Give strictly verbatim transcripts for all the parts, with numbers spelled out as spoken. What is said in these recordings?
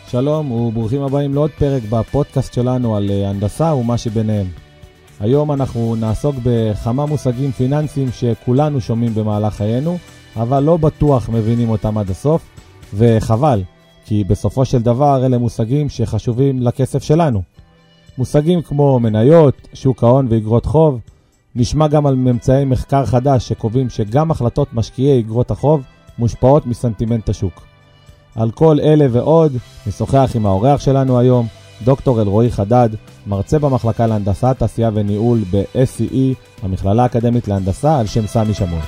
שלום וברוכים הבאים לעוד פרק בפודקאסט שלנו על הנדסה ומה שביניהם. היום אנחנו נעסוק בכמה מושגים פיננסיים שכולנו שומעים במהלך חיינו, אבל לא בטוח מבינים אותם עד הסוף, וחבל, כי בסופו של דבר אלה מושגים שחשובים לכסף שלנו. מושגים כמו מניות, שוק ההון ואגרות חוב. נשמע גם על ממצאי מחקר חדש שקובעים שגם החלטות משקיעי אגרות החוב מושפעות מסנטימנט השוק. על כל אלה ועוד נשוחח עם האורח שלנו היום, דוקטור אלרועי חדד, מרצה במחלקה להנדסה, תעשייה וניהול ב-אס סי אי, המכללה האקדמית להנדסה על שם סמי שמון.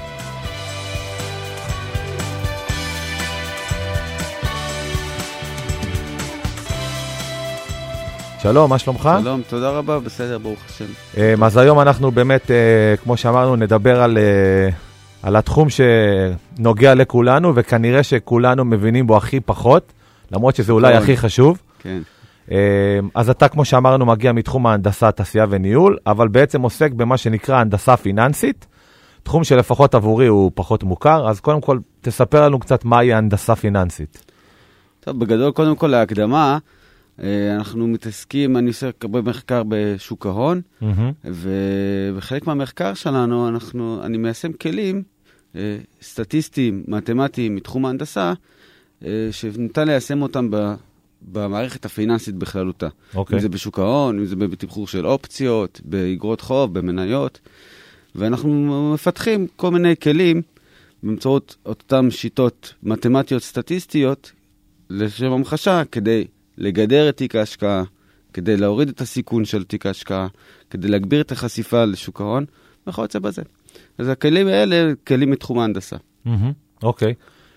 שלום, מה שלומך? שלום, תודה רבה, בסדר, ברוך השם. אז היום אנחנו באמת, כמו שאמרנו, נדבר על, על התחום שנוגע לכולנו, וכנראה שכולנו מבינים בו הכי פחות, למרות שזה אולי הכי חשוב. כן. אז אתה, כמו שאמרנו, מגיע מתחום ההנדסה, תעשייה וניהול, אבל בעצם עוסק במה שנקרא הנדסה פיננסית, תחום שלפחות עבורי הוא פחות מוכר, אז קודם כל תספר לנו קצת מהי ההנדסה פיננסית. טוב, בגדול, קודם כל להקדמה, אנחנו מתעסקים, אני עושה הרבה מחקר בשוק ההון, ובחלק מהמחקר שלנו, אנחנו, אני מיישם כלים סטטיסטיים, מתמטיים, מתחום ההנדסה, שניתן ליישם אותם במערכת הפיננסית בכללותה. אם זה בשוק ההון, אם זה בתמחור של אופציות, באגרות חוב, במניות, ואנחנו מפתחים כל מיני כלים באמצעות אותם שיטות מתמטיות סטטיסטיות לשם המחשה, כדי לגדר את תיק ההשקעה, כדי להוריד את הסיכון של תיק ההשקעה, כדי להגביר את החשיפה לשוק ההון, וכך יוצא בזה. אז הכלים האלה, כלים מתחום ההנדסה. אוקיי.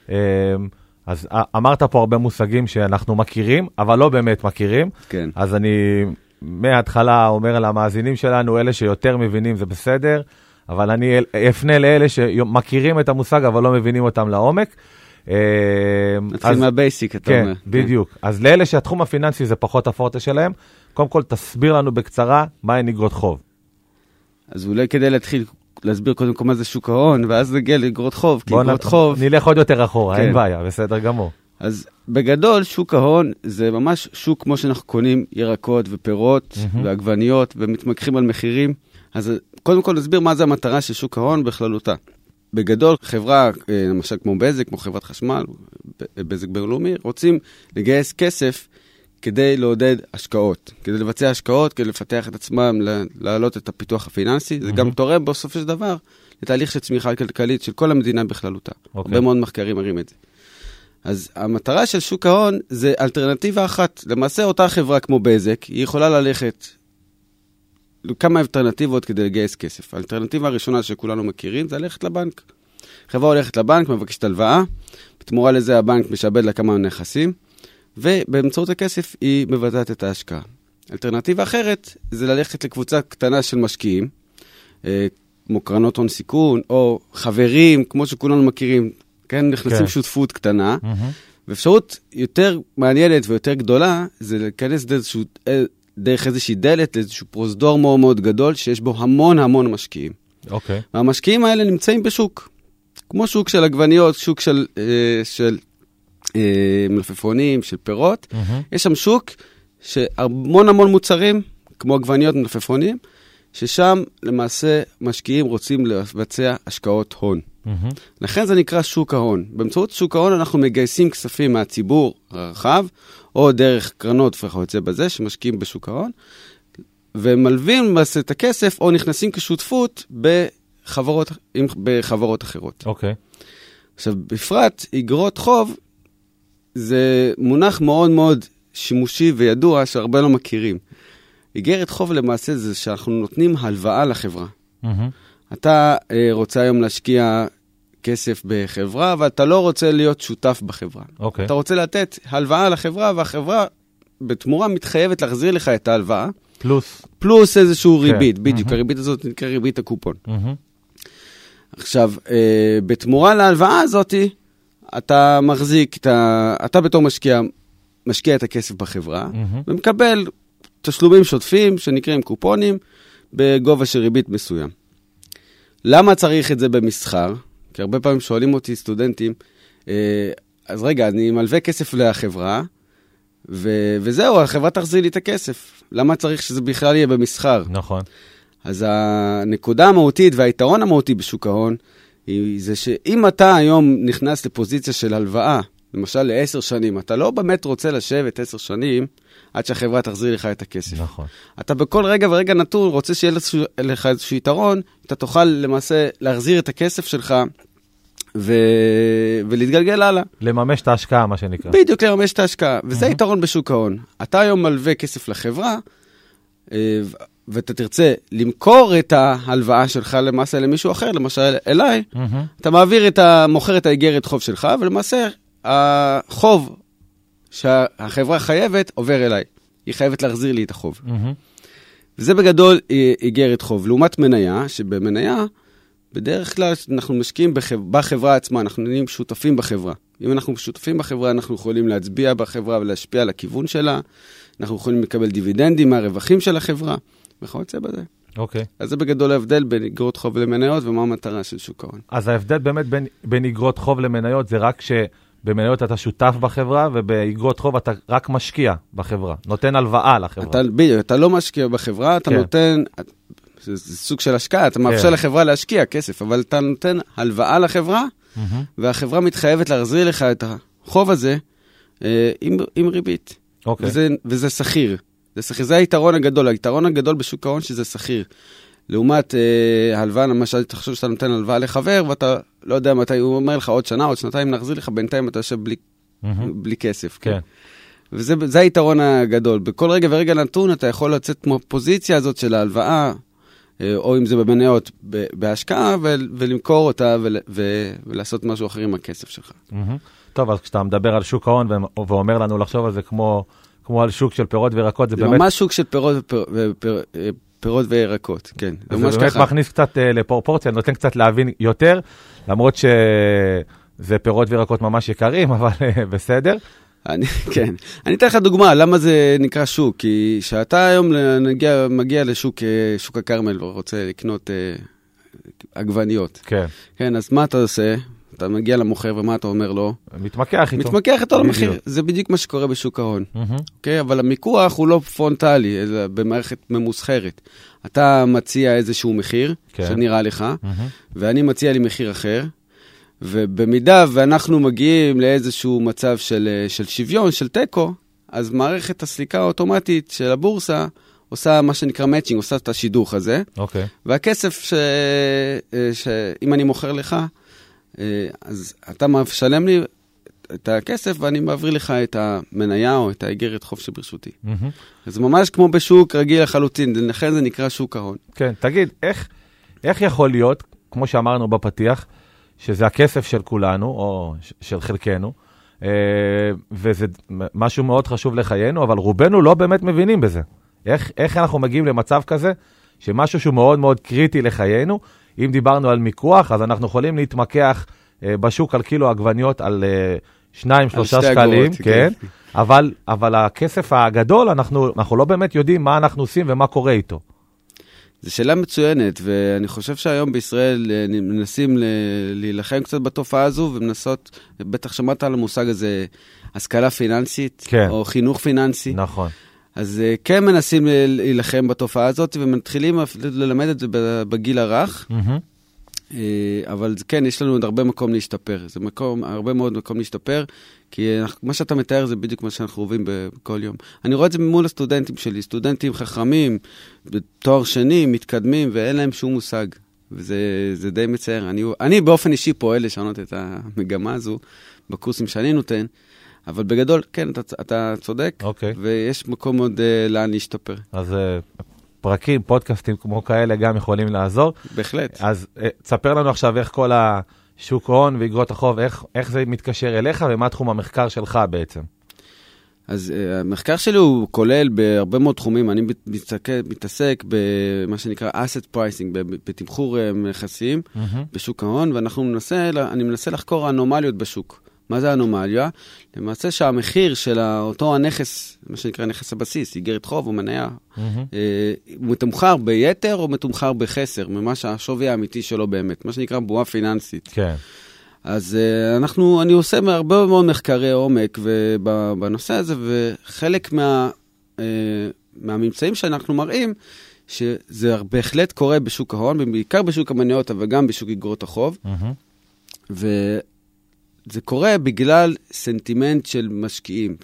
אז אמרת פה הרבה מושגים שאנחנו מכירים, אבל לא באמת מכירים. כן. אז אני מההתחלה אומר למאזינים שלנו, אלה שיותר מבינים זה בסדר, אבל אני אפנה לאלה שמכירים את המושג, אבל לא מבינים אותם לעומק. נתחיל מהבייסיק, אתה אומר. כן, בדיוק. אז לאלה שהתחום הפיננסי זה פחות הפורטה שלהם, קודם כל תסביר לנו בקצרה מהי אגרות חוב. אז אולי כדי להתחיל להסביר קודם כל מה זה שוק ההון, ואז נגיע לאגרות חוב, כי אגרות חוב... נלך עוד יותר אחורה, אין בעיה, בסדר גמור. אז בגדול, שוק ההון זה ממש שוק כמו שאנחנו קונים ירקות ופירות ועגבניות, ומתמקחים על מחירים. אז קודם כל נסביר מה זה המטרה של שוק ההון בכללותה. בגדול, חברה, למשל כמו בזק, כמו חברת חשמל, בזק בינלאומי, רוצים לגייס כסף כדי לעודד השקעות, כדי לבצע השקעות, כדי לפתח את עצמם, להעלות את הפיתוח הפיננסי. זה גם תורם בסופו של דבר לתהליך של צמיחה כלכלית של כל המדינה בכללותה. הרבה מאוד מחקרים מראים את זה. אז המטרה של שוק ההון זה אלטרנטיבה אחת. למעשה אותה חברה כמו בזק, היא יכולה ללכת כמה אלטרנטיבות כדי לגייס כסף. האלטרנטיבה הראשונה שכולנו מכירים זה ללכת לבנק. חברה הולכת לבנק, מבקשת הלוואה, בתמורה לזה הבנק משעבד לה כמה נכסים, ובאמצעות הכסף היא מבטאת את ההשקעה. אלטרנטיבה אחרת זה ללכת לקבוצה קטנה של משקיעים, כמו קרנות הון סיכון, או חברים, כמו שכולנו מכירים, כן, נכנסים שותפות קטנה, ואפשרות יותר מעניינת ויותר גדולה, זה להיכנס לאיזשהו... דרך איזושהי דלת, לאיזשהו פרוזדור מאוד מאוד גדול, שיש בו המון המון משקיעים. אוקיי. והמשקיעים האלה נמצאים בשוק. כמו שוק של עגבניות, שוק של, אה, של אה, מלפפונים, של פירות. Mm-hmm. יש שם שוק שהמון המון מוצרים, כמו עגבניות מלפפונים, ששם למעשה משקיעים רוצים לבצע השקעות הון. Mm-hmm. לכן זה נקרא שוק ההון. באמצעות שוק ההון אנחנו מגייסים כספים מהציבור הרחב, או דרך קרנות וכיוצא בזה, שמשקיעים בשוק ההון, ומלווים את הכסף, או נכנסים כשותפות בחברות, בחברות אחרות. אוקיי. Okay. עכשיו, בפרט, אגרות חוב, זה מונח מאוד מאוד שימושי וידוע, שהרבה לא מכירים. אגרת חוב למעשה זה שאנחנו נותנים הלוואה לחברה. Mm-hmm. אתה אה, רוצה היום להשקיע כסף בחברה, אבל אתה לא רוצה להיות שותף בחברה. Okay. אתה רוצה לתת הלוואה לחברה, והחברה בתמורה מתחייבת להחזיר לך את ההלוואה. פלוס. פלוס איזשהו okay. ריבית, בדיוק. Mm-hmm. הריבית הזאת נקרא ריבית הקופון. Mm-hmm. עכשיו, אה, בתמורה להלוואה הזאת, אתה מחזיק, אתה, אתה בתור משקיע, משקיע את הכסף בחברה, mm-hmm. ומקבל תשלומים שוטפים שנקראים קופונים, בגובה של ריבית מסוים. למה צריך את זה במסחר? כי הרבה פעמים שואלים אותי סטודנטים, אז רגע, אני מלווה כסף לחברה, ו- וזהו, החברה תחזיר לי את הכסף. למה צריך שזה בכלל יהיה במסחר? נכון. אז הנקודה המהותית והיתרון המהותי בשוק ההון, היא זה שאם אתה היום נכנס לפוזיציה של הלוואה, למשל לעשר שנים, אתה לא באמת רוצה לשבת עשר שנים, עד שהחברה תחזיר לך את הכסף. נכון. אתה בכל רגע ורגע נתון רוצה שיהיה לך איזשהו יתרון, אתה תוכל למעשה להחזיר את הכסף שלך, ו... ולהתגלגל הלאה. לממש את ההשקעה, מה שנקרא. בדיוק, לממש את ההשקעה. וזה יתרון בשוק ההון. אתה היום מלווה כסף לחברה, ואתה תרצה למכור את ההלוואה שלך למעשה למישהו אחר, למשל אליי, אתה מעביר את ה... מוכר את האיגרת חוב שלך, ולמעשה החוב שהחברה חייבת עובר אליי. היא חייבת להחזיר לי את החוב. וזה בגדול איגרת חוב. לעומת מניה, שבמניה, בדרך כלל אנחנו משקיעים בחברה עצמה, אנחנו נהיים שותפים בחברה. אם אנחנו שותפים בחברה, אנחנו יכולים להצביע בחברה ולהשפיע על הכיוון שלה, אנחנו יכולים לקבל דיבידנדים מהרווחים של החברה, וכיוצא בזה. אוקיי. אז זה בגדול ההבדל בין איגרות חוב למניות, ומה המטרה של שוק ההון. אז ההבדל באמת בין, בין איגרות חוב למניות, זה רק שבמניות אתה שותף בחברה, ובאיגרות חוב אתה רק משקיע בחברה, נותן הלוואה לחברה. אתה, בדיוק, אתה לא משקיע בחברה, אתה כן. נותן... זה, זה סוג של השקעה, אתה מאפשר כן. לחברה להשקיע כסף, אבל אתה נותן הלוואה לחברה, mm-hmm. והחברה מתחייבת להחזיר לך את החוב הזה אה, עם, עם ריבית. Okay. וזה, וזה שכיר. זה שכיר. זה היתרון הגדול. היתרון הגדול בשוק ההון שזה שכיר. לעומת אה, הלוואה, למשל, תחשוב שאתה נותן הלוואה לחבר, ואתה לא יודע מתי, הוא אומר לך עוד שנה, עוד שנתיים נחזיר לך, בינתיים אתה יושב בלי, mm-hmm. בלי כסף. כן. כן. וזה זה היתרון הגדול. בכל רגע ורגע נתון אתה יכול לצאת מהפוזיציה הזאת של ההלוואה, או אם זה במניות בהשקעה, ולמכור אותה ולעשות משהו אחר עם הכסף שלך. טוב, אז כשאתה מדבר על שוק ההון ואומר לנו לחשוב על זה כמו על שוק של פירות וירקות, זה באמת... זה ממש שוק של פירות וירקות, כן. זה באמת מכניס קצת לפרופורציה, נותן קצת להבין יותר, למרות שזה פירות וירקות ממש יקרים, אבל בסדר. אני, כן. אני אתן לך דוגמה, למה זה נקרא שוק? כי שאתה היום נגיע, מגיע לשוק, שוק הקרמל, ורוצה לקנות אה, עגבניות. כן. כן, אז מה אתה עושה? אתה מגיע למוכר, ומה אתה אומר לו? מתמקח איתו. מתמקח איתו למחיר. זה בדיוק מה שקורה בשוק ההון. Mm-hmm. אוקיי? אבל המיקוח הוא לא פרונטלי, אלא במערכת ממוסחרת. אתה מציע איזשהו מחיר, כן. שנראה לך, mm-hmm. ואני מציע לי מחיר אחר, ובמידה ואנחנו מגיעים לאיזשהו מצב של, של שוויון, של טקו, אז מערכת הסליקה האוטומטית של הבורסה עושה מה שנקרא מאצ'ינג, עושה את השידוך הזה. אוקיי. והכסף ש... שאם אני מוכר לך, אז אתה משלם לי את הכסף ואני מעביר לך את המניה או את האיגרת חוב שברשותי. Mm-hmm. אז ממש כמו בשוק רגיל לחלוטין, לכן זה נקרא שוק ההון. כן, תגיד, איך, איך יכול להיות, כמו שאמרנו בפתיח, שזה הכסף של כולנו, או של חלקנו, וזה משהו מאוד חשוב לחיינו, אבל רובנו לא באמת מבינים בזה. איך, איך אנחנו מגיעים למצב כזה, שמשהו שהוא מאוד מאוד קריטי לחיינו, אם דיברנו על מיקוח, אז אנחנו יכולים להתמקח בשוק על קילו עגבניות על שניים, שלושה שקלים, כן, אבל, אבל הכסף הגדול, אנחנו, אנחנו לא באמת יודעים מה אנחנו עושים ומה קורה איתו. זו שאלה מצוינת, ואני חושב שהיום בישראל מנסים להילחם קצת בתופעה הזו, ומנסות, בטח שמעת על המושג הזה, השכלה פיננסית, כן. או חינוך פיננסי. נכון. אז כן מנסים להילחם בתופעה הזאת, ומתחילים ללמד את זה בגיל הרך, mm-hmm. אבל כן, יש לנו עוד הרבה מקום להשתפר. זה מקום, הרבה מאוד מקום להשתפר, כי מה שאתה מתאר זה בדיוק מה שאנחנו רואים בכל יום. אני רואה את זה מול הסטודנטים שלי, סטודנטים חכמים, בתואר שני, מתקדמים, ואין להם שום מושג. וזה זה די מצער. אני, אני באופן אישי פועל לשנות את המגמה הזו, בקורסים שאני נותן, אבל בגדול, כן, אתה, אתה צודק, okay. ויש מקום עוד uh, לאן להשתפר. אז uh, פרקים, פודקאסטים כמו כאלה גם יכולים לעזור. בהחלט. אז uh, תספר לנו עכשיו איך כל השוק ההון ואיגרות החוב, איך, איך זה מתקשר אליך ומה תחום המחקר שלך בעצם. אז uh, המחקר שלי הוא כולל בהרבה מאוד תחומים, אני מתעסק, מתעסק במה שנקרא asset pricing, בתמחור uh, נכסים mm-hmm. בשוק ההון, ואנחנו מנסה, אני מנסה לחקור אנומליות בשוק. מה זה אנומליה? למעשה שהמחיר של אותו הנכס, מה שנקרא נכס הבסיס, איגרת חוב או מניה, mm-hmm. אה, הוא מתומחר ביתר או מתומחר בחסר, ממש השווי האמיתי שלו באמת, מה שנקרא בועה פיננסית. כן. אז אנחנו, אני עושה הרבה מאוד מחקרי עומק בנושא הזה, וחלק מה, מהממצאים שאנחנו מראים, שזה בהחלט קורה בשוק ההון, בעיקר בשוק המניות, אבל גם בשוק אגרות החוב. וזה קורה בגלל סנטימנט של משקיעים.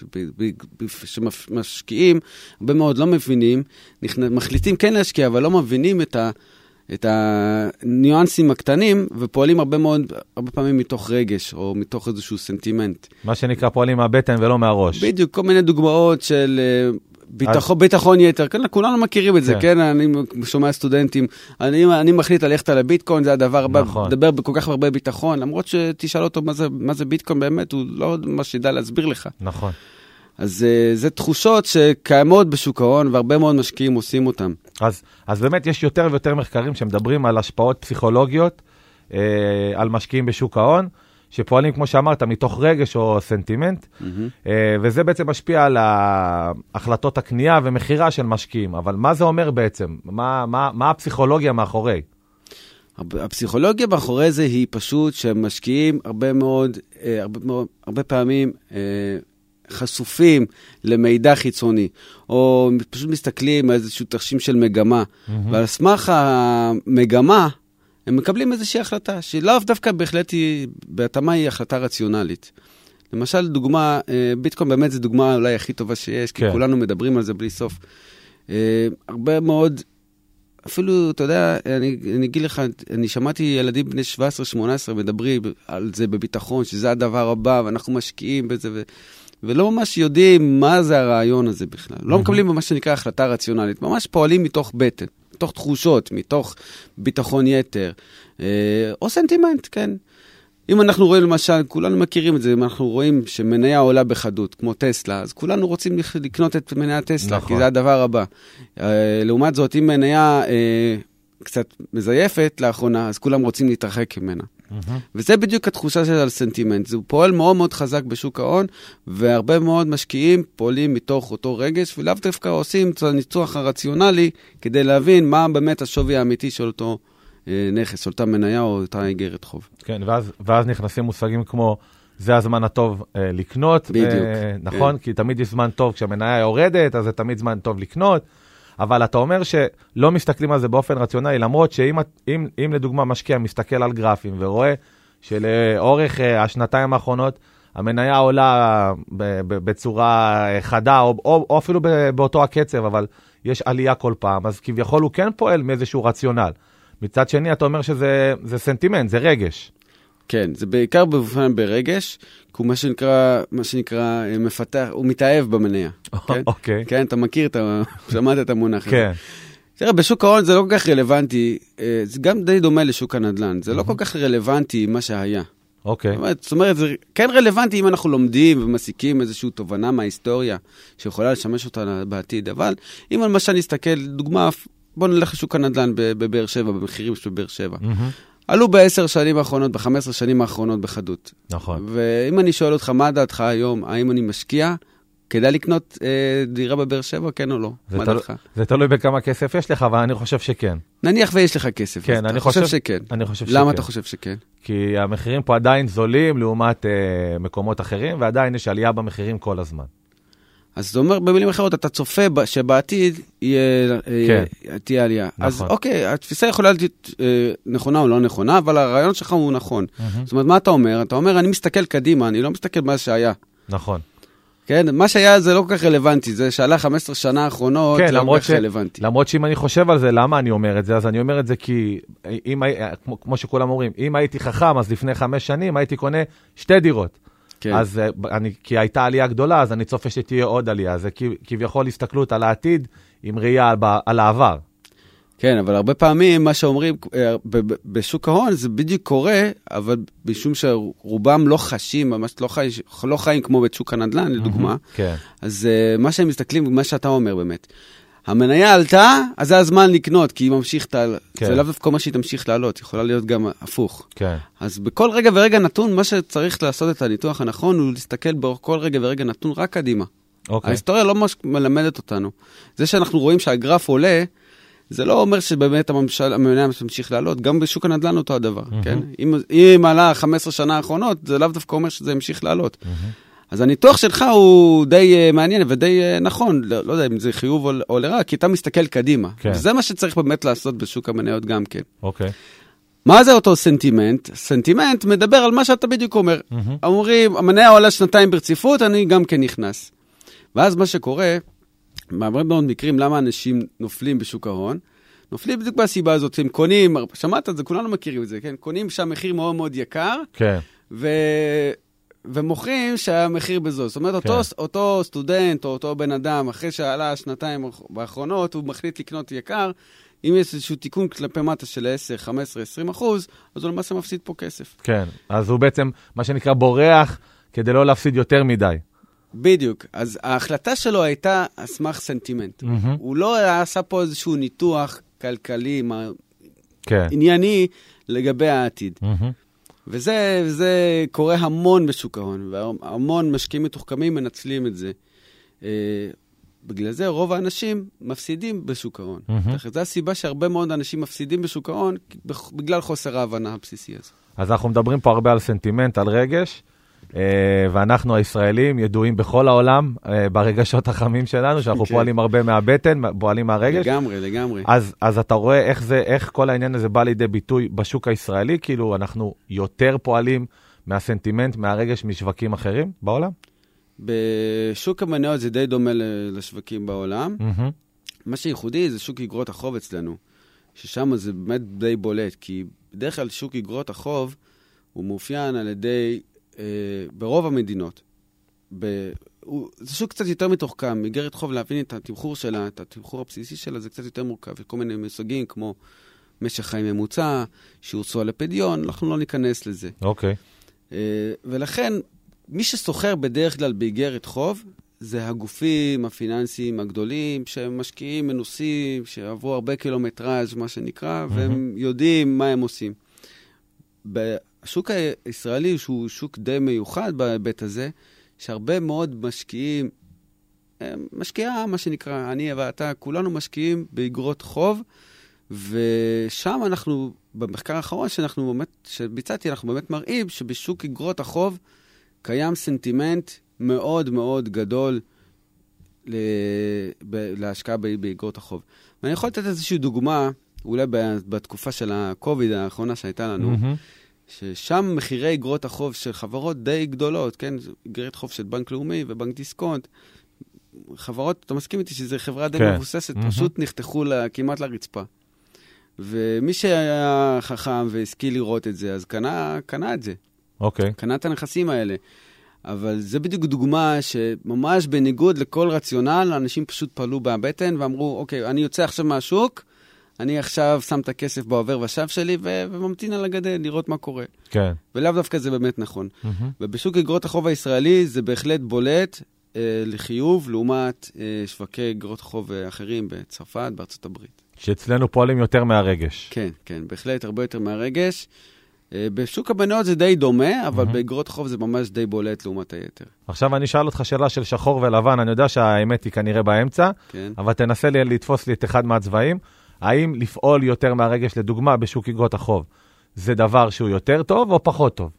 שמשקיעים, הרבה מאוד לא מבינים, מחליטים כן להשקיע, אבל לא מבינים את ה... את הניואנסים הקטנים, ופועלים הרבה מאוד, הרבה פעמים מתוך רגש, או מתוך איזשהו סנטימנט. מה שנקרא פועלים מהבטן ולא מהראש. בדיוק, כל מיני דוגמאות של ביטחון, ביטחון יתר. כולנו מכירים את זה, כן? אני שומע סטודנטים, אני, אני מחליט ללכת על הביטקוין, זה הדבר הבא, לדבר בכל כך הרבה ביטחון, למרות שתשאל אותו מה זה, מה זה ביטקוין באמת, הוא לא מה שידע להסביר לך. נכון. אז זה תחושות שקיימות בשוק ההון, והרבה מאוד משקיעים עושים אותם. אז, אז באמת יש יותר ויותר מחקרים שמדברים על השפעות פסיכולוגיות, אה, על משקיעים בשוק ההון, שפועלים, כמו שאמרת, מתוך רגש או סנטימנט, mm-hmm. אה, וזה בעצם משפיע על החלטות הקנייה ומחירה של משקיעים. אבל מה זה אומר בעצם? מה, מה, מה הפסיכולוגיה מאחורי? הפסיכולוגיה מאחורי זה היא פשוט שמשקיעים הרבה מאוד, אה, הרבה, מאוד, הרבה פעמים... אה, חשופים למידע חיצוני, או פשוט מסתכלים על איזשהו תרשים של מגמה, mm-hmm. ועל סמך המגמה, הם מקבלים איזושהי החלטה, שלאו דווקא בהחלט היא, בהתאמה היא החלטה רציונלית. למשל, דוגמה, ביטקוין באמת זו דוגמה אולי הכי טובה שיש, כי כן. כולנו מדברים על זה בלי סוף. הרבה מאוד, אפילו, אתה יודע, אני, אני אגיד לך, אני שמעתי ילדים בני שבע עשרה שמונה עשרה מדברים על זה בביטחון, שזה הדבר הבא, ואנחנו משקיעים בזה ו... ולא ממש יודעים מה זה הרעיון הזה בכלל. לא מקבלים במה שנקרא החלטה רציונלית. ממש פועלים מתוך בטן, מתוך תחושות, מתוך ביטחון יתר, או סנטימנט, כן. אם אנחנו רואים למשל, כולנו מכירים את זה, אם אנחנו רואים שמניה עולה בחדות, כמו טסלה, אז כולנו רוצים לקנות את מניה טסלה, נכון. כי זה הדבר הבא. לעומת זאת, אם מניה קצת מזייפת לאחרונה, אז כולם רוצים להתרחק ממנה. Mm-hmm. וזה בדיוק התחושה של הסנטימנט. זה פועל מאוד מאוד חזק בשוק ההון, והרבה מאוד משקיעים פועלים מתוך אותו רגש, ולאו דווקא עושים את הניתוח הרציונלי, כדי להבין מה באמת השווי האמיתי של אותו אה, נכס, של אותה מניה או אותה איגרת חוב. כן, ואז, ואז נכנסים מושגים כמו, זה הזמן הטוב אה, לקנות. בדיוק. אה, נכון? כן. כי תמיד יש זמן טוב כשהמניה יורדת, אז זה תמיד זמן טוב לקנות. אבל אתה אומר שלא מסתכלים על זה באופן רציונלי, למרות שאם אם, אם לדוגמה משקיע מסתכל על גרפים ורואה שלאורך השנתיים האחרונות המניה עולה בצורה חדה, או, או, או אפילו באותו הקצב, אבל יש עלייה כל פעם, אז כביכול הוא כן פועל מאיזשהו רציונל. מצד שני, אתה אומר שזה זה סנטימנט, זה רגש. כן, זה בעיקר בפן ברגש, כי הוא מה שנקרא, מה שנקרא מפתח, הוא מתאהב במניה. כן? אוקיי. כן, אתה מכיר, אתה שמעת את המונח הזה. כן. תראה, בשוק ההון זה לא כל כך רלוונטי, זה גם די דומה לשוק הנדל"ן, זה לא כל כך רלוונטי מה שהיה. אוקיי. זאת אומרת, זה כן רלוונטי אם אנחנו לומדים ומסיקים איזושהי תובנה מההיסטוריה, שיכולה לשמש אותה בעתיד, אבל אם על מה שאני אסתכל, דוגמה, בוא נלך לשוק הנדל"ן בבאר שבע, במחירים של באר שבע. עלו בעשר שנים האחרונות, בחמש עשרה שנים האחרונות בחדות. נכון. ואם אני שואל אותך, מה דעתך היום? האם אני משקיע? כדאי לקנות אה, דירה בבאר שבע, כן או לא? מה תל... דעתך? זה תלוי בכמה כסף יש לך, אבל אני חושב שכן. נניח ויש לך כסף. כן, אני חושב, חושב שכן. אני חושב למה שכן. אתה חושב שכן? כי המחירים פה עדיין זולים לעומת אה, מקומות אחרים, ועדיין יש עלייה במחירים כל הזמן. אז זה אומר, במילים אחרות, אתה צופה שבעתיד יהיה, כן. תהיה עלייה. נכון. אז אוקיי, התפיסה יכולה להיות נכונה או לא נכונה, אבל הרעיון שלך הוא נכון. Mm-hmm. זאת אומרת, מה אתה אומר? אתה אומר, אני מסתכל קדימה, אני לא מסתכל מה שהיה. נכון. כן, מה שהיה זה לא כל כך רלוונטי, זה שעלה חמש עשרה שנה האחרונות, כן, לא כל כך ש... רלוונטי. למרות שאם אני חושב על זה, למה אני אומר את זה? אז אני אומר את זה כי, אם, כמו, כמו שכולם אומרים, אם הייתי חכם, אז לפני חמש שנים הייתי קונה שתי דירות. כן. אז אני, כי הייתה עלייה גדולה, אז אני צופה שתהיה עוד עלייה. זה כביכול הסתכלות על העתיד עם ראייה על, על העבר. כן, אבל הרבה פעמים מה שאומרים בשוק ההון זה בדיוק קורה, אבל בשום שרובם לא חשים, ממש לא, חי, לא חיים כמו בשוק הנדל"ן, לדוגמה. כן. אז מה שהם מסתכלים, מה שאתה אומר באמת. המניה עלתה, אז זה הזמן לקנות, כי היא ממשיכת, כן. זה לאו דווקא מה שהיא תמשיך לעלות, יכולה להיות גם הפוך. כן. אז בכל רגע ורגע נתון, מה שצריך לעשות את הניתוח הנכון, הוא להסתכל בכל רגע ורגע נתון רק קדימה. אוקיי. ההיסטוריה לא מלמדת אותנו. זה שאנחנו רואים שהגרף עולה, זה לא אומר שבאמת הממשל, הממונה ממשיך לעלות, גם בשוק הנדל"ן אותו הדבר, mm-hmm. כן? אם, אם עלה חמש עשרה שנה האחרונות, זה לאו דווקא אומר שזה ימשיך לעלות. Mm-hmm. אז הניתוח שלך הוא די uh, מעניין ודי uh, נכון, לא, לא יודע אם זה חיוב או, או לרע, כי אתה מסתכל קדימה. כן. וזה מה שצריך באמת לעשות בשוק המניות גם כן. אוקיי. Okay. מה זה אותו סנטימנט? סנטימנט מדבר על מה שאתה בדיוק אומר. Mm-hmm. אומרים, המניה עולה שנתיים ברציפות, אני גם כן נכנס. ואז מה שקורה, בהרבה מאוד מקרים, למה אנשים נופלים בשוק ההון? נופלים בדיוק בסיבה הזאת, הם קונים, שמעת את זה, כולנו מכירים את זה, כן? קונים שהמחיר מאוד מאוד יקר, כן. ו... ומוכרים שהמחיר בזול. זאת אומרת, כן. אותו, אותו סטודנט או אותו בן אדם, אחרי שעלה שנתיים באחרונות, הוא מחליט לקנות יקר, אם יש איזשהו תיקון כלפי מטה של עשר, חמש עשרה, עשרים אחוז, אז הוא למעשה מפסיד פה כסף. כן, אז הוא בעצם, מה שנקרא, בורח, כדי לא להפסיד יותר מדי. בדיוק. אז ההחלטה שלו הייתה אסמך סנטימנט. Mm-hmm. הוא לא עשה פה איזשהו ניתוח כלכלי, כן. ענייני, לגבי העתיד. Mm-hmm. וזה, וזה קורה המון בשוק ההון, והמון משקיעים מתוחכמים מנצלים את זה. בגלל זה רוב האנשים מפסידים בשוק ההון. Mm-hmm. זו הסיבה שהרבה מאוד אנשים מפסידים בשוק ההון, בגלל חוסר ההבנה הבסיסי הזה. אז אנחנו מדברים פה הרבה על סנטימנט, על רגש, ואנחנו הישראלים ידועים בכל העולם, ברגשות החמים שלנו, שאנחנו okay. פועלים הרבה מהבטן, פועלים מהרגש. לגמרי, לגמרי. אז, אז אתה רואה איך זה, איך כל העניין הזה בא לידי ביטוי בשוק הישראלי, כאילו אנחנו יותר פועלים מהסנטימנט, מהרגש, משווקים אחרים בעולם? בשוק המניות זה די דומה לשווקים בעולם. Mm-hmm. מה שייחודי זה שוק אגרות החוב אצלנו, ששם זה באמת די בולט, כי בדרך כלל שוק אגרות החוב הוא מאופיין על ידי, אה, ברוב המדינות. ב, הוא, זה שוק קצת יותר מתוחכם, אגרת חוב להבין את התמחור שלה, את התמחור הבסיסי שלה, זה קצת יותר מורכב, כל מיני מושגים כמו משך חיים ממוצע, שיעור תשואה לפדיון, אנחנו לא ניכנס לזה. אוקיי. אה, ולכן, מי שסוחר בדרך כלל באגרת חוב, זה הגופים הפיננסיים הגדולים, שהם משקיעים מנוסים, שעברו הרבה קילומטראז' מה שנקרא, mm-hmm. והם יודעים מה הם עושים. בשוק הישראלי, שהוא שוק די מיוחד בהיבט הזה, שהרבה מאוד משקיעים, משקיעה מה שנקרא, אני ואתה, כולנו משקיעים באגרות חוב, ושם אנחנו, במחקר האחרון שאנחנו באמת, שביצעתי, אנחנו באמת מראים שבשוק אגרות החוב, קיים סנטימנט מאוד מאוד גדול להשקעה באגרות החוב. ואני יכול לתת איזושהי דוגמה, אולי בתקופה של הקוביד האחרונה שהייתה לנו, ששם מחירי אגרות החוב של חברות די גדולות, כן? אגרת חוב של בנק לאומי ובנק דיסקונט, חברות, אתה מסכים איתי שזו חברה די מבוססת, פשוט נחתכו כמעט לרצפה. ומי שהיה חכם והשכיל לראות את זה, אז קנה, קנה את זה. אוקיי. קנה את הנכסים האלה. אבל זה בדיוק דוגמה שממש בניגוד לכל רציונל, אנשים פשוט פעלו בהבטן ואמרו, אוקיי, אני יוצא עכשיו מהשוק, אני עכשיו שם את הכסף בעובר ושב שלי ו- וממתין על הגדל, לראות מה קורה. כן. ולאו דווקא זה באמת נכון. Mm-hmm. ובשוק אגרות החוב הישראלי זה בהחלט בולט אה, לחיוב, לעומת אה, שווקי אגרות חוב אחרים בצרפת, בארצות הברית. שאצלנו פועלים יותר מהרגש. כן, כן, בהחלט הרבה יותר מהרגש. בשוק המניות זה די דומה, אבל mm-hmm. באגרות חוב זה ממש די בולט לעומת היתר. עכשיו אני אשאל אותך שאלה של שחור ולבן, אני יודע שהאמת היא כנראה באמצע, כן. אבל תנסה לי, לתפוס לי את אחד מהצבעים. האם לפעול יותר מהרגש, לדוגמה, בשוק אגרות החוב, זה דבר שהוא יותר טוב או פחות טוב?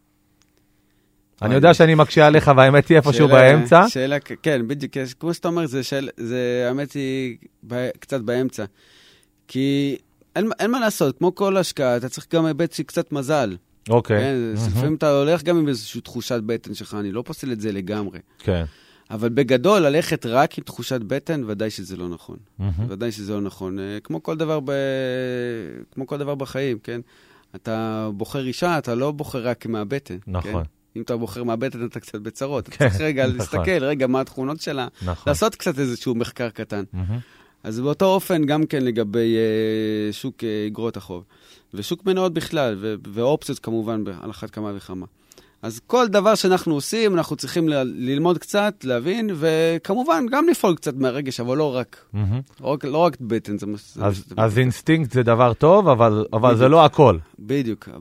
אני יודע שאני מקשה עליך, והאמת היא איפשהו באמצע. שאלה, כן, בדיוק, כמו שאתה אומר, זה, שאל, זה האמת היא קצת באמצע. כי אין, אין מה לעשות, כמו כל השקעה, אתה צריך גם היבט של קצת מזל. אוקיי. כן, mm-hmm. לפעמים אתה הולך גם עם איזושהי תחושת בטן שלך, אני לא פוסל את זה לגמרי. כן. אבל בגדול, ללכת רק עם תחושת בטן, ודאי שזה לא נכון. Mm-hmm. ודאי שזה לא נכון. כמו כל דבר ב... כמו כל דבר בחיים, כן? אתה בוחר אישה, אתה לא בוחר רק מהבטן. נכון. כן? אם אתה בוחר מהבטן, אתה קצת בצרות. אתה צריך רגע להסתכל, רגע, מה התכונות שלה. לעשות קצת איזשהו מחקר קטן. אז באותו אופן, גם כן לגבי שוק אגרות החוב. ושוק מניות בכלל, ואופציות כמובן, על אחת כמה וכמה. אז כל דבר שאנחנו עושים, אנחנו צריכים ללמוד קצת, להבין, וכמובן גם לפעול קצת מהרגש, אבל לא רק. לא רק בטן. אז אינסטינקט זה דבר טוב, אבל זה לא הכל. בדיוק.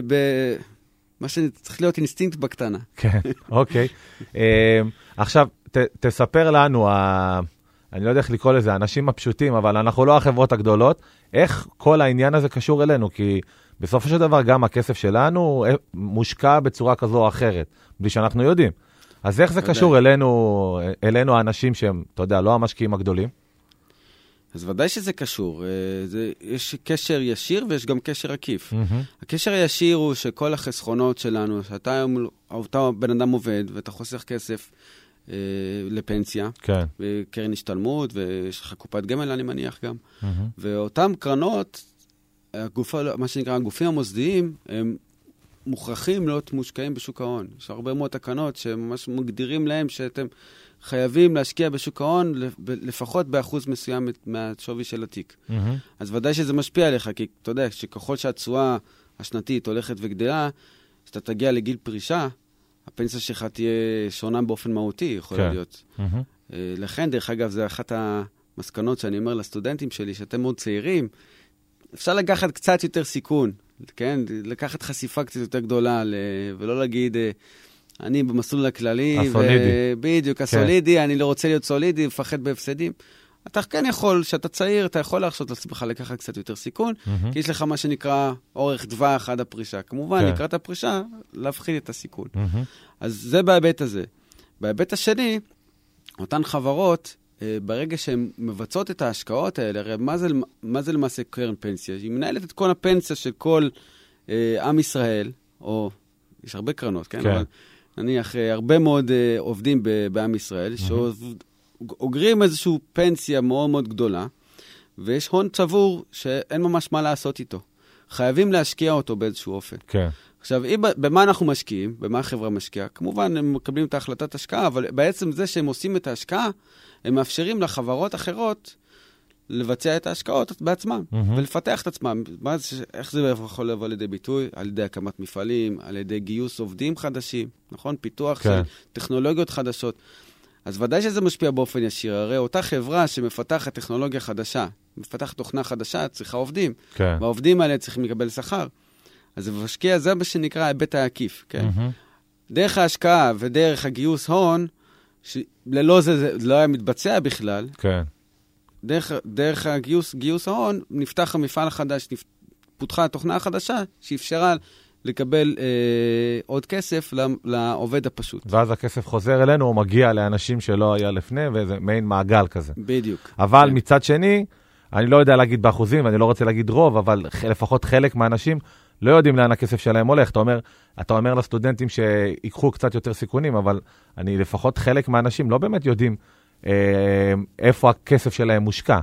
מה שצריך להיות אינסטינקט בקטנה. כן, אוקיי. עכשיו, תספר לנו, אני לא יודע איך לקרוא לזה, האנשים הפשוטים, אבל אנחנו לא החברות הגדולות, איך כל העניין הזה קשור אלינו? כי בסופו של דבר גם הכסף שלנו מושקע בצורה כזו או אחרת, בלי שאנחנו יודעים. אז איך זה קשור אלינו, אלינו האנשים שהם, אתה יודע, לא המשקיעים הגדולים? אז ודאי שזה קשור. זה, יש קשר ישיר ויש גם קשר עקיף. Mm-hmm. הקשר הישיר הוא שכל החסכונות שלנו, שאתה אתה בן אדם עובד ואתה חוסך כסף אה, לפנסיה, כן. וקרן השתלמות, ויש לך קופת גמל, אני מניח גם. Mm-hmm. ואותם קרנות, הגוף, מה שנקרא הגופים המוסדיים, הם מוכרחים להיות מושקעים בשוק ההון. יש הרבה מאוד תקנות שממש מגדירים להם שאתם חייבים להשקיע בשוק ההון לפחות באחוז מסוים מהשווי של התיק. Mm-hmm. אז ודאי שזה משפיע עליך, כי אתה יודע, שככל שהתשואה השנתית הולכת וגדלה, שאתה תגיע לגיל פרישה, הפנסיה שלך תהיה שונה באופן מהותי, יכול okay. להיות. Mm-hmm. לכן, דרך אגב, זה אחת המסקנות שאני אומר לסטודנטים שלי, שאתם מאוד צעירים, אפשר לקחת קצת יותר סיכון, כן? לקחת חשיפה קצת יותר גדולה, ולא להגיד, אני במסלול הכללי, הסולידי. בדיוק, הסולידי, אני לא רוצה להיות סולידי, מפחד בהפסדים. אתה כן יכול, שאתה צעיר, אתה יכול להרשות לעצמך לקחת קצת יותר סיכון, כי יש לך מה שנקרא אורך טווח עד הפרישה. כמובן, לקראת הפרישה, להפחית את הסיכון. אז זה בהיבט הזה. בהיבט השני, אותן חברות, ברגע שהן מבצעות את ההשקעות האלה, הרי מה זה, מה זה למעשה קרן פנסיה? היא מנהלת את כל הפנסיה של כל אה, עם ישראל, או יש הרבה קרנות, כן? כן. אבל נניח הרבה מאוד אה, עובדים ב- בעם ישראל, mm-hmm. שאוגרים איזושהי פנסיה מאוד מאוד גדולה, ויש הון צבור שאין ממש מה לעשות איתו. חייבים להשקיע אותו באיזשהו אופן. כן. עכשיו, במה אנחנו משקיעים? במה החברה משקיעה? כמובן, הם מקבלים את ההחלטת השקעה, אבל בעצם זה שהם עושים את ההשקעה, הם מאפשרים לחברות אחרות לבצע את ההשקעות בעצמם, mm-hmm. ולפתח את עצמם. מה, איך זה יכול לבוא לידי ביטוי? על ידי הקמת מפעלים, על ידי גיוס עובדים חדשים, נכון? פיתוח כן. של טכנולוגיות חדשות. אז ודאי שזה משפיע באופן ישיר. הרי אותה חברה שמפתחת טכנולוגיה חדשה, מפתחת תוכנה חדשה, צריכה עובדים. כן. והעובדים האלה צריכים לקבל שכר. אז משקיע, זה מה שנקרא ההיבט העקיף, כן? Mm-hmm. דרך ההשקעה ודרך הגיוס הון, שללא זה, זה לא היה מתבצע בכלל, כן. דרך, דרך הגיוס, גיוס ההון, נפתח המפעל החדש, נפ... פותחה התוכנה החדשה, שאפשרה לקבל אה, עוד כסף לעובד הפשוט. ואז הכסף חוזר אלינו, הוא מגיע לאנשים שלא היה לפני, וזה מעין מעגל כזה. בדיוק. אבל כן. מצד שני, אני לא יודע להגיד באחוזים, ואני לא רוצה להגיד רוב, אבל לפחות חלק מהאנשים לא יודעים לאן הכסף שלהם הולך. אתה אומר, אתה אומר לסטודנטים שיקחו קצת יותר סיכונים, אבל אני לפחות חלק מהאנשים לא באמת יודעים אה, איפה הכסף שלהם מושקע.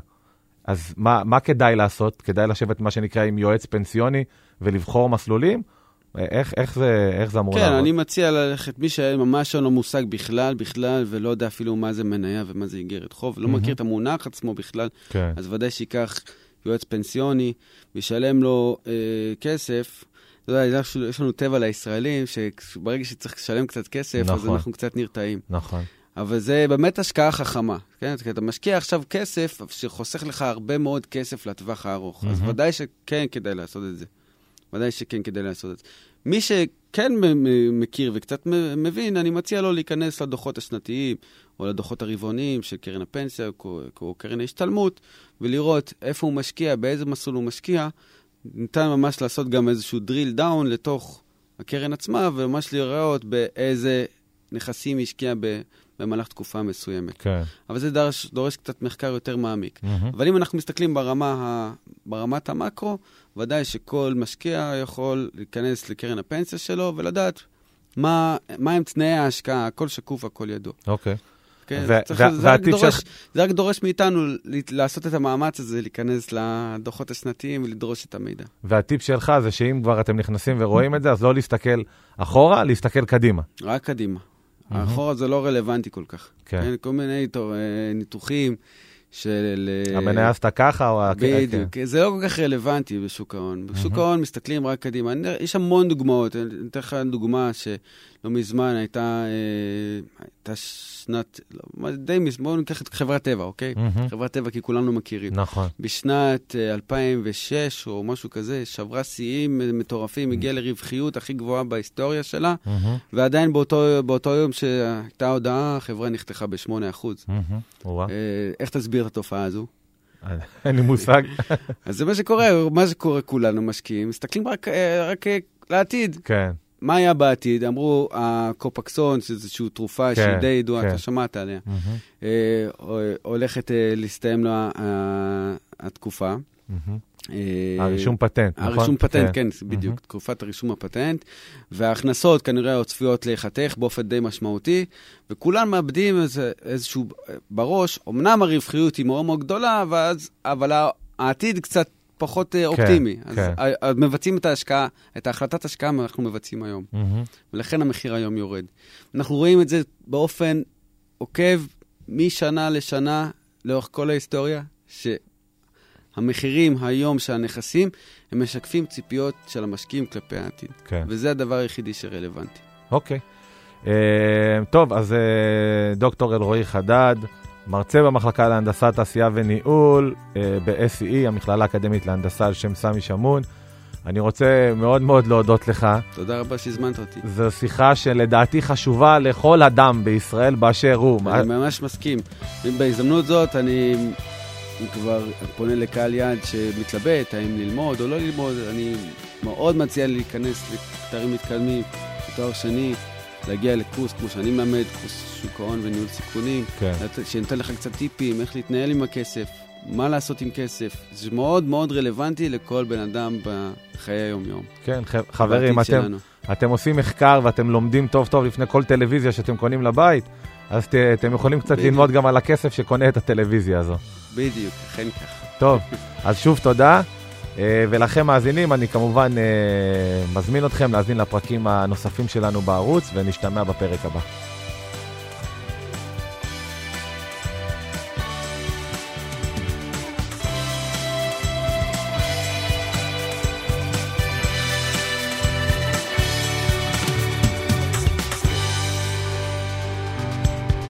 אז מה, מה כדאי לעשות? כדאי לשבת מה שנקרא עם יועץ פנסיוני ולבחור מסלולים? איך, איך זה, איך זה אמור כן, לעבוד? כן, אני מציע ללכת מי שממש לא מושג בכלל, בכלל, ולא יודע אפילו מה זה מניה ומה זה איגרת חוב, לא מכיר את המונח עצמו בכלל, כן. אז ודאי שיקח יועץ פנסיוני, וישלם לו אה, כסף. אתה יודע, יש לנו טבע לישראלים, שברגע שצריך לשלם קצת כסף, נכון. אז אנחנו קצת נרתעים. נכון. אבל זה באמת השקעה חכמה. כן? אתה משקיע עכשיו כסף, שחוסך לך הרבה מאוד כסף לטווח הארוך. Mm-hmm. אז ודאי שכן כדאי לעשות את זה. ודאי שכן כדאי לעשות את זה. מי שכן מכיר וקצת מבין, אני מציע לו להיכנס לדוחות השנתיים, או לדוחות הרבעוניים של קרן הפנסיה, או קרן ההשתלמות, ולראות איפה הוא משקיע, באיזה מסלול הוא משקיע. ניתן ממש לעשות גם איזשהו drill down לתוך הקרן עצמה, וממש לראות באיזה נכסים השקיע במהלך תקופה מסוימת. כן. אבל זה דורש, דורש קצת מחקר יותר מעמיק. Mm-hmm. אבל אם אנחנו מסתכלים ברמה ה, ברמת המקרו, ודאי שכל משקיע יכול להיכנס לקרן הפנסיה שלו, ולדעת מה, מה הם תנאי ההשקעה, הכל שקוף, הכל ידוע. אוקיי. כן, ו- צריך, ו- זה, רק דורש, של... זה רק דורש מאיתנו לעשות את המאמץ הזה, להיכנס לדוחות השנתיים ולדרוש את המידע. והטיפ שלך זה שאם כבר אתם נכנסים ורואים את זה, אז לא להסתכל אחורה, להסתכל קדימה. רק קדימה. האחורה זה לא רלוונטי כל כך. כן. כן, כל מיני ניתוחים של... המניה עשתה ככה או... בדיוק, זה לא כל כך רלוונטי בשוק ההון. בשוק ההון מסתכלים רק קדימה. יש המון דוגמאות, אני אתן לך דוגמה שלא מזמן הייתה, הייתה שנת, די מזמן, בואו ניקח את חברת טבע, אוקיי? חברת טבע כי כולנו מכירים. נכון. בשנת אלפיים ושש או משהו כזה, שברה שיאים מטורפים, הגיעה לרווחיות הכי גבוהה בהיסטוריה שלה, ועדיין באותו יום שהייתה הודעה, החברה נחתכה ב-שמונה אחוז. איך תסביר את התופעה הזו? אין לי מושג. אז זה מה שקורה, מה שקורה כולנו משקיעים, מסתכלים רק, רק לעתיד. כן. מה היה בעתיד? אמרו, הקופקסון, שזו תרופה שהיא די ידועה, אתה שמעת עליה, הולכת להסתיים לה התקופה. הרישום פטנט, נכון? הרישום פטנט, כן, בדיוק, תקופת הרישום הפטנט, וההכנסות כנראה צפויות להיחתך באופן די משמעותי, וכולם מאבדים איזשהו בראש, אמנם הרווחיות היא מאוד מאוד גדולה, אבל העתיד קצת פחות אופטימי. אז מבצעים את ההשקעה, את ההחלטת השקעה, אנחנו מבצעים היום. ולכן המחיר היום יורד. אנחנו רואים את זה באופן עוקב, משנה לשנה, לאורך כל ההיסטוריה, שהמחירים היום של הנכסים, הם משקפים ציפיות של המשקיעים כלפי העתיד. וזה הדבר היחידי שרלוונטי. אוקיי. טוב, אז דוקטור אלרועי חדד, מרצה במחלקה להנדסת תעשייה וניהול ב-אס אי אי, המכללה האקדמית להנדסה על שם סמי שמון. אני רוצה מאוד מאוד להודות לך. תודה רבה שהזמנת אותי. זו שיחה שלדעתי חשובה לכל אדם בישראל באשר הוא. אני ממש מסכים. בהזדמנות זאת אני כבר פונה לקהל יעד שמתלבט, האם ללמוד או לא ללמוד. אני מאוד מציע להיכנס לכתרים מתקדמים, לתואר שני, להגיע לקורס כמו שאני מלמד, קורס שוק ההון וניהול סיכונים, כן. שנתן לך קצת טיפים, איך להתנהל עם הכסף, מה לעשות עם כסף. זה מאוד מאוד רלוונטי לכל בן אדם בחיי היום-יום. כן, חברים, אתם, אתם עושים מחקר ואתם לומדים טוב טוב לפני כל טלוויזיה שאתם קונים לבית, אז ת, אתם יכולים קצת בדיוק. ללמוד גם על הכסף שקונה את הטלוויזיה הזו. בדיוק, אכן ככה. טוב, אז שוב תודה. ולכם מאזינים, אני כמובן מזמין אתכם להאזין לפרקים הנוספים שלנו בערוץ, ונשתמע בפרק הבא.